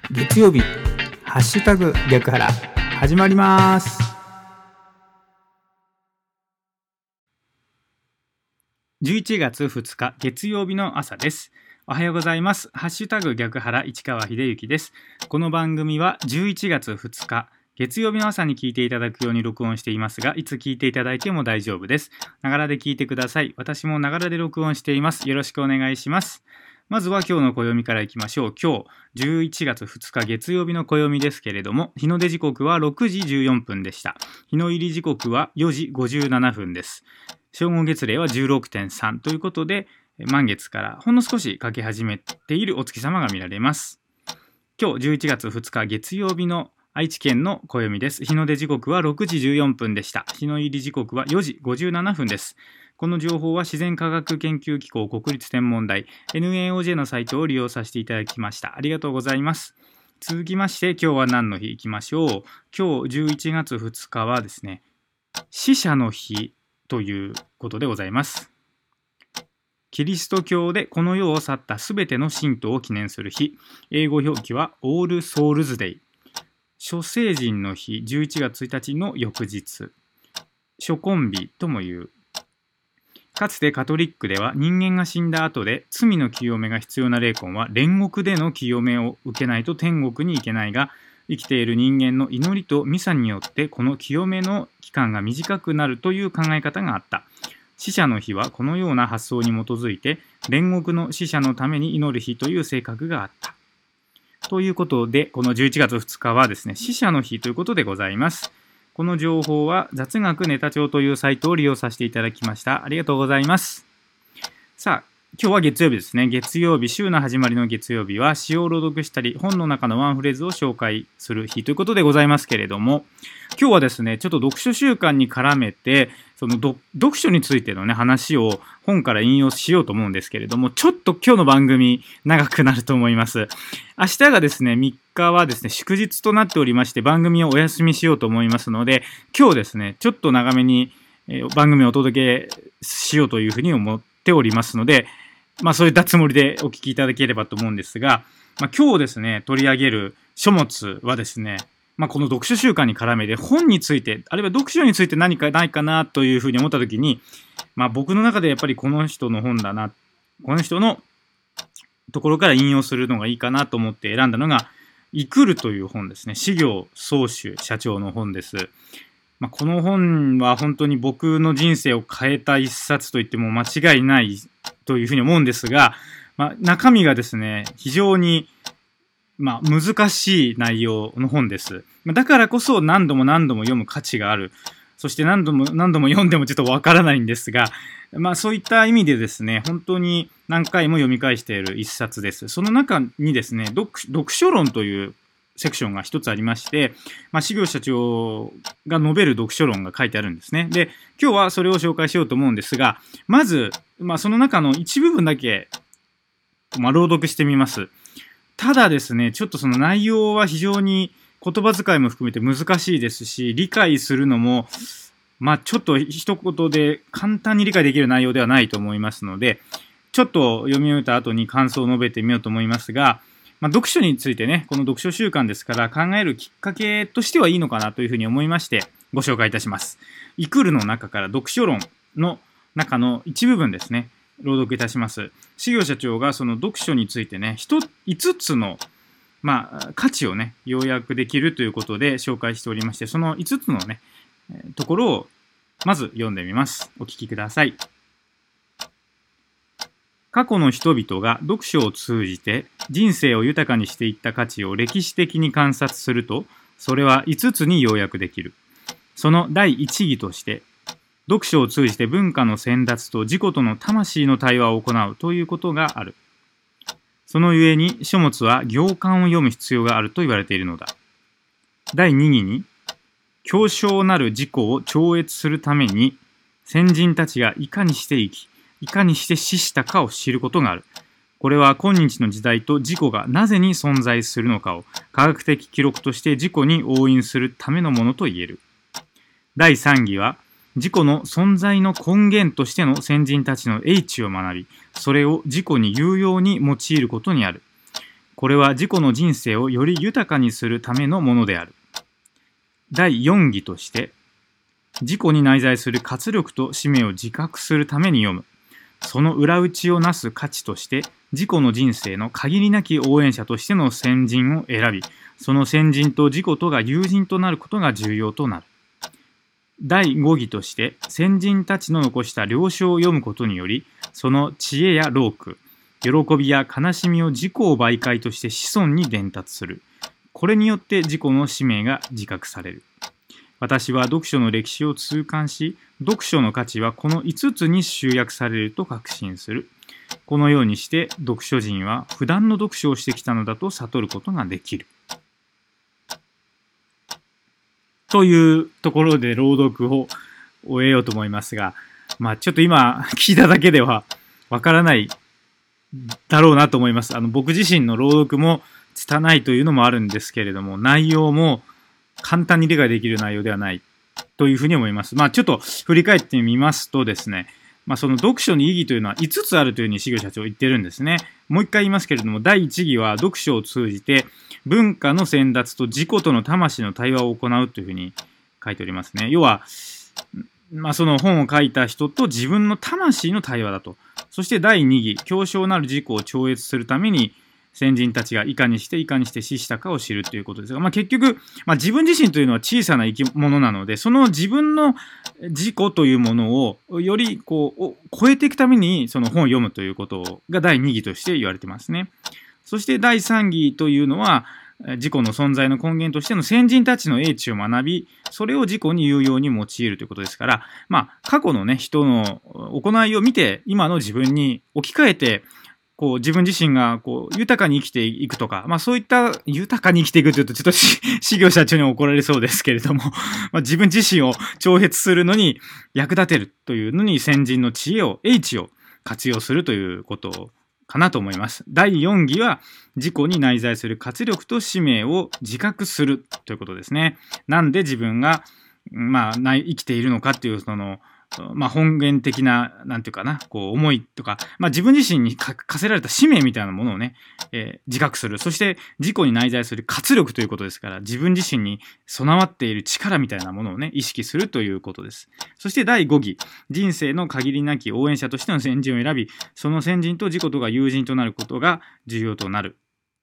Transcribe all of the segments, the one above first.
月曜日ハッシュタグ逆腹始まります。11月2日月曜日の朝です。おはようございます。ハッシュタグ逆腹市川秀幸です。この番組は11月2日月曜日の朝に聞いていただくように録音していますが、いつ聞いていただいても大丈夫です。ながらで聞いてください。私もながらで録音しています。よろしくお願いします。まずは今日の暦からいきましょう。今日11月2日月曜日の暦ですけれども、日の出時刻は6時14分でした。日の入り時刻は4時57分です。正午月齢は 16.3 ということで、満月からほんの少し欠け始めているお月様が見られます。今日11月2日月曜日の愛知県の暦です。日の出時刻は6時14分でした。日の入り時刻は4時57分です。この情報は自然科学研究機構国立天文台 NAOJ のサイトを利用させていただきました。ありがとうございます。続きまして今日は何の日いきましょう。今日11月2日はですね、死者の日ということでございます。キリスト教でこの世を去ったすべての信徒を記念する日。英語表記は All Souls Day。諸聖人の日、11月1日の翌日。諸根日とも言う。かつてカトリックでは人間が死んだ後で罪の清めが必要な霊魂は煉獄での清めを受けないと天国に行けないが、生きている人間の祈りとミサによってこの清めの期間が短くなるという考え方があった。死者の日はこのような発想に基づいて煉獄の死者のために祈る日という性格があった。ということで、この11月2日はですね、死者の日ということでございます。この情報は雑学ネタ帳というサイトを利用させていただきました。ありがとうございます。さあ、今日は月曜日ですね。月曜日、週の始まりの月曜日は詩を朗読したり、本の中のワンフレーズを紹介する日ということでございますけれども、今日はですね、ちょっと読書習慣に絡めて、その読書についてのね、話を本から引用しようと思うんですけれども、ちょっと今日の番組長くなると思います。明日がですね、3日はですね、祝日となっておりまして、番組をお休みしようと思いますので、今日ですね、ちょっと長めに番組をお届けしようというふうに思っておりますので、そういったつもりでお聞きいただければと思うんですが、今日ですね、取り上げる書物はですね、この読書習慣に絡めて本について、あるいは読書について何かないかなというふうに思ったときに、僕の中でやっぱりこの人の本だな、この人のところから引用するのがいいかなと思って選んだのが、生くるという本ですね。至行宗主社長の本です。この本は本当に僕の人生を変えた一冊と言っても間違いないというふうに思うんですが、中身がですね、非常に難しい内容の本です。だからこそ何度も何度も読む価値がある。そして何度も何度も読んでもちょっとわからないんですが、そういった意味でですね、本当に何回も読み返している一冊です。その中にですね、読書論というセクションが一つありまして、至行社長が述べる読書論が書いてあるんですね。で、今日はそれを紹介しようと思うんですが、まず、その中の一部分だけ、朗読してみます。ただですね、ちょっとその内容は非常に言葉遣いも含めて難しいですし、理解するのも、ちょっと一言で簡単に理解できる内容ではないと思いますので、ちょっと読み終えた後に感想を述べてみようと思いますが、読書についてね、この読書習慣ですから考えるきっかけとしてはいいのかなというふうに思いましてご紹介いたします。生くるの中から読書論の中の一部分ですね、朗読いたします。至行社長がその読書についてね、5つの価値をね、要約できるということで紹介しておりまして、その5つのね、ところをまず読んでみます。お聞きください。過去の人々が読書を通じて人生を豊かにしていった価値を歴史的に観察すると、それは5つに要約できる。その第一義として、読書を通じて文化の先達と自己との魂の対話を行うということがある。そのゆえに書物は行間を読む必要があると言われているのだ。第二義に、強小なる自己を超越するために先人たちがいかにして生き、いかにして死したかを知ることがある。これは今日の時代と自己がなぜに存在するのかを科学的記録として自己に押印するためのものと言える。第三義は、自己の存在の根源としての先人たちの英知を学び、それを自己に有用に用いることにある。 これは自己の人生をより豊かにするためのものである。第4義として、自己に内在する活力と使命を自覚するために読む。その裏打ちをなす価値として、自己の人生の限りなき応援者としての先人を選び、その先人と自己とが友人となることが重要となる。第5義として、先人たちの残した領書を読むことにより、その知恵や労苦、喜びや悲しみを自己を媒介として子孫に伝達する。これによって自己の使命が自覚される。私は読書の歴史を痛感し、読書の価値はこの5つに集約されると確信する。このようにして読書人は普段の読書をしてきたのだと悟ることができる。というところで朗読を終えようと思いますが、ちょっと今聞いただけではわからないだろうなと思います。僕自身の朗読も拙いというのもあるんですけれども、内容も簡単に理解できる内容ではないというふうに思います。ちょっと振り返ってみますとですね、その読書に意義というのは5つあるというふうに茂社長は言ってるんですね。もう一回言いますけれども、第1義は読書を通じて文化の先達と自己との魂の対話を行うというふうに書いておりますね。要は、その本を書いた人と自分の魂の対話だと。そして第2義、強小なる自己を超越するために先人たちがいかにして死したかを知るということですが、結局、自分自身というのは小さな生き物なので、その自分の自己というものをより超えていくためにその本を読むということが第2義として言われてますね。そして第3義というのは、自己の存在の根源としての先人たちの英知を学び、それを自己に有用に用いるということですから、過去のね、人の行いを見て、今の自分に置き換えて、自分自身が豊かに生きていくとか、そういった豊かに生きていくというとちょっと事業社長に怒られそうですけれども、自分自身を超越するのに役立てるというのに先人の知恵を、英知を活用するということかなと思います。第4義は自己に内在する活力と使命を自覚するということですね。なんで自分が、生きているのかっていうその、本源的な、なんていうかな、思いとか、自分自身に課せられた使命みたいなものをね、自覚する。そして、自己に内在する活力ということですから、自分自身に備わっている力みたいなものをね、意識するということです。そして、第5義、人生の限りなき応援者としての先人を選び、その先人と自己とが友人となることが重要となる。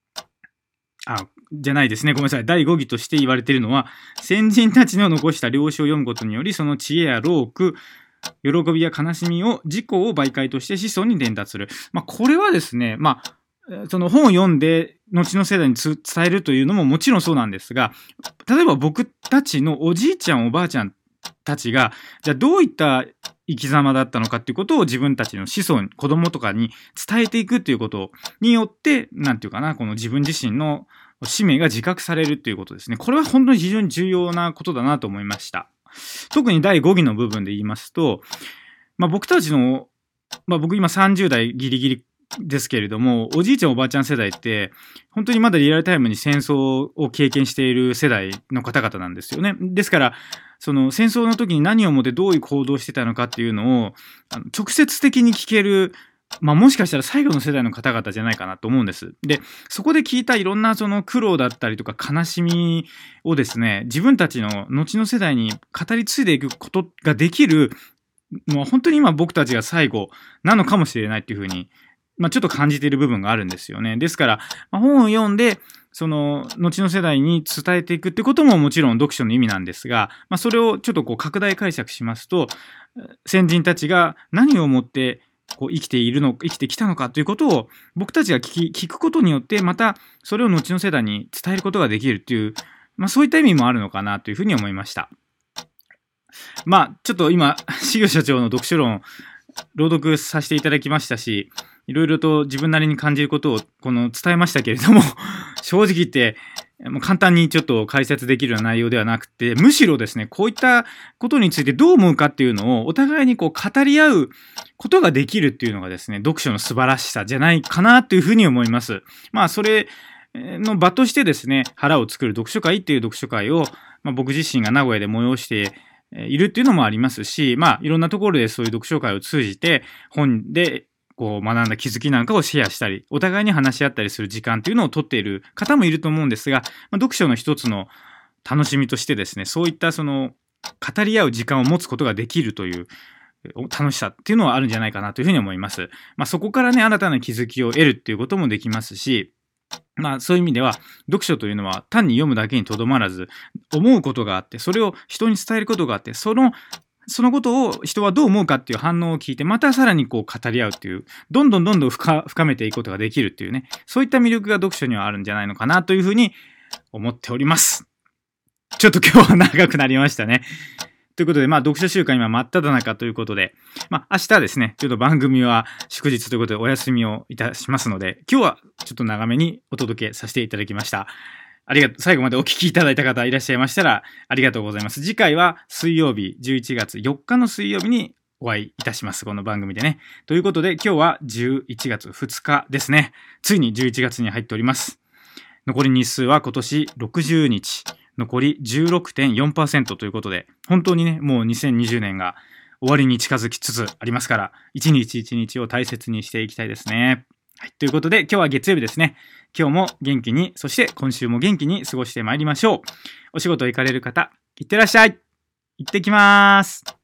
じゃないですね。ごめんなさい。第5義として言われているのは、先人たちの残した領書を読むことにより、その知恵や労苦、喜びや悲しみを自己を媒介として子孫に伝達する。これはですね、その本を読んで、後の世代に伝えるというのももちろんそうなんですが、例えば僕たちのおじいちゃん、おばあちゃんたちが、じゃあどういった生き様だったのかっていうことを自分たちの子孫、子供とかに伝えていくっていうことによって、なんていうかな、この自分自身の使命が自覚されるということですね。これは本当に非常に重要なことだなと思いました。特に第5義の部分で言いますと、僕たちの、僕今30代ギリギリですけれども、おじいちゃんおばあちゃん世代って本当にまだリアルタイムに戦争を経験している世代の方々なんですよね。ですからその戦争の時に何をもってどういう行動してたのかっていうのを直接的に聞ける、もしかしたら最後の世代の方々じゃないかなと思うんです。で、そこで聞いたいろんなその苦労だったりとか悲しみをですね、自分たちの後の世代に語り継いでいくことができる、もう本当に今僕たちが最後なのかもしれないっていうふうに、ちょっと感じている部分があるんですよね。ですから、本を読んで、その後の世代に伝えていくってことももちろん読書の意味なんですが、それをちょっと拡大解釈しますと、先人たちが何をもって生きてきたのかということを僕たちが聞くことによって、またそれを後の世代に伝えることができるっていう、そういった意味もあるのかなというふうに思いました。ちょっと今、志業社長の読書論、朗読させていただきましたし、いろいろと自分なりに感じることを伝えましたけれども、正直言って簡単にちょっと解説できるような内容ではなくて、むしろですね、こういったことについてどう思うかっていうのをお互いに語り合うことができるっていうのがですね、読書の素晴らしさじゃないかなというふうに思います。それの場としてですね、腹を作る読書会っていう読書会を、僕自身が名古屋で催しているっていうのもありますし、いろんなところでそういう読書会を通じて本でこう学んだ気づきなんかをシェアしたり、お互いに話し合ったりする時間っていうのを取っている方もいると思うんですが、読書の一つの楽しみとしてですね、そういったその語り合う時間を持つことができるという楽しさっていうのはあるんじゃないかなというふうに思います。そこからね、新たな気づきを得るっていうこともできますし、そういう意味では、読書というのは単に読むだけにとどまらず、思うことがあって、それを人に伝えることがあって、そのことを人はどう思うかっていう反応を聞いて、またさらにこう語り合うっていう、どんどん深めていくことができるっていうね、そういった魅力が読書にはあるんじゃないのかなというふうに思っております。ちょっと今日は長くなりましたね。ということで、読書週間今真っ只中ということで、明日ですね、ちょっと番組は祝日ということでお休みをいたしますので、今日はちょっと長めにお届けさせていただきました。最後までお聞きいただいた方いらっしゃいましたら、ありがとうございます。次回は水曜日、11月4日の水曜日にお会いいたします。この番組でね。ということで、今日は11月2日ですね。ついに11月に入っております。残り日数は今年60日。残り 16.4% ということで、本当にね、もう2020年が終わりに近づきつつありますから、一日一日を大切にしていきたいですね。はい、ということで、今日は月曜日ですね。今日も元気に、そして今週も元気に過ごしてまいりましょう。お仕事行かれる方、いってらっしゃい。行ってきます。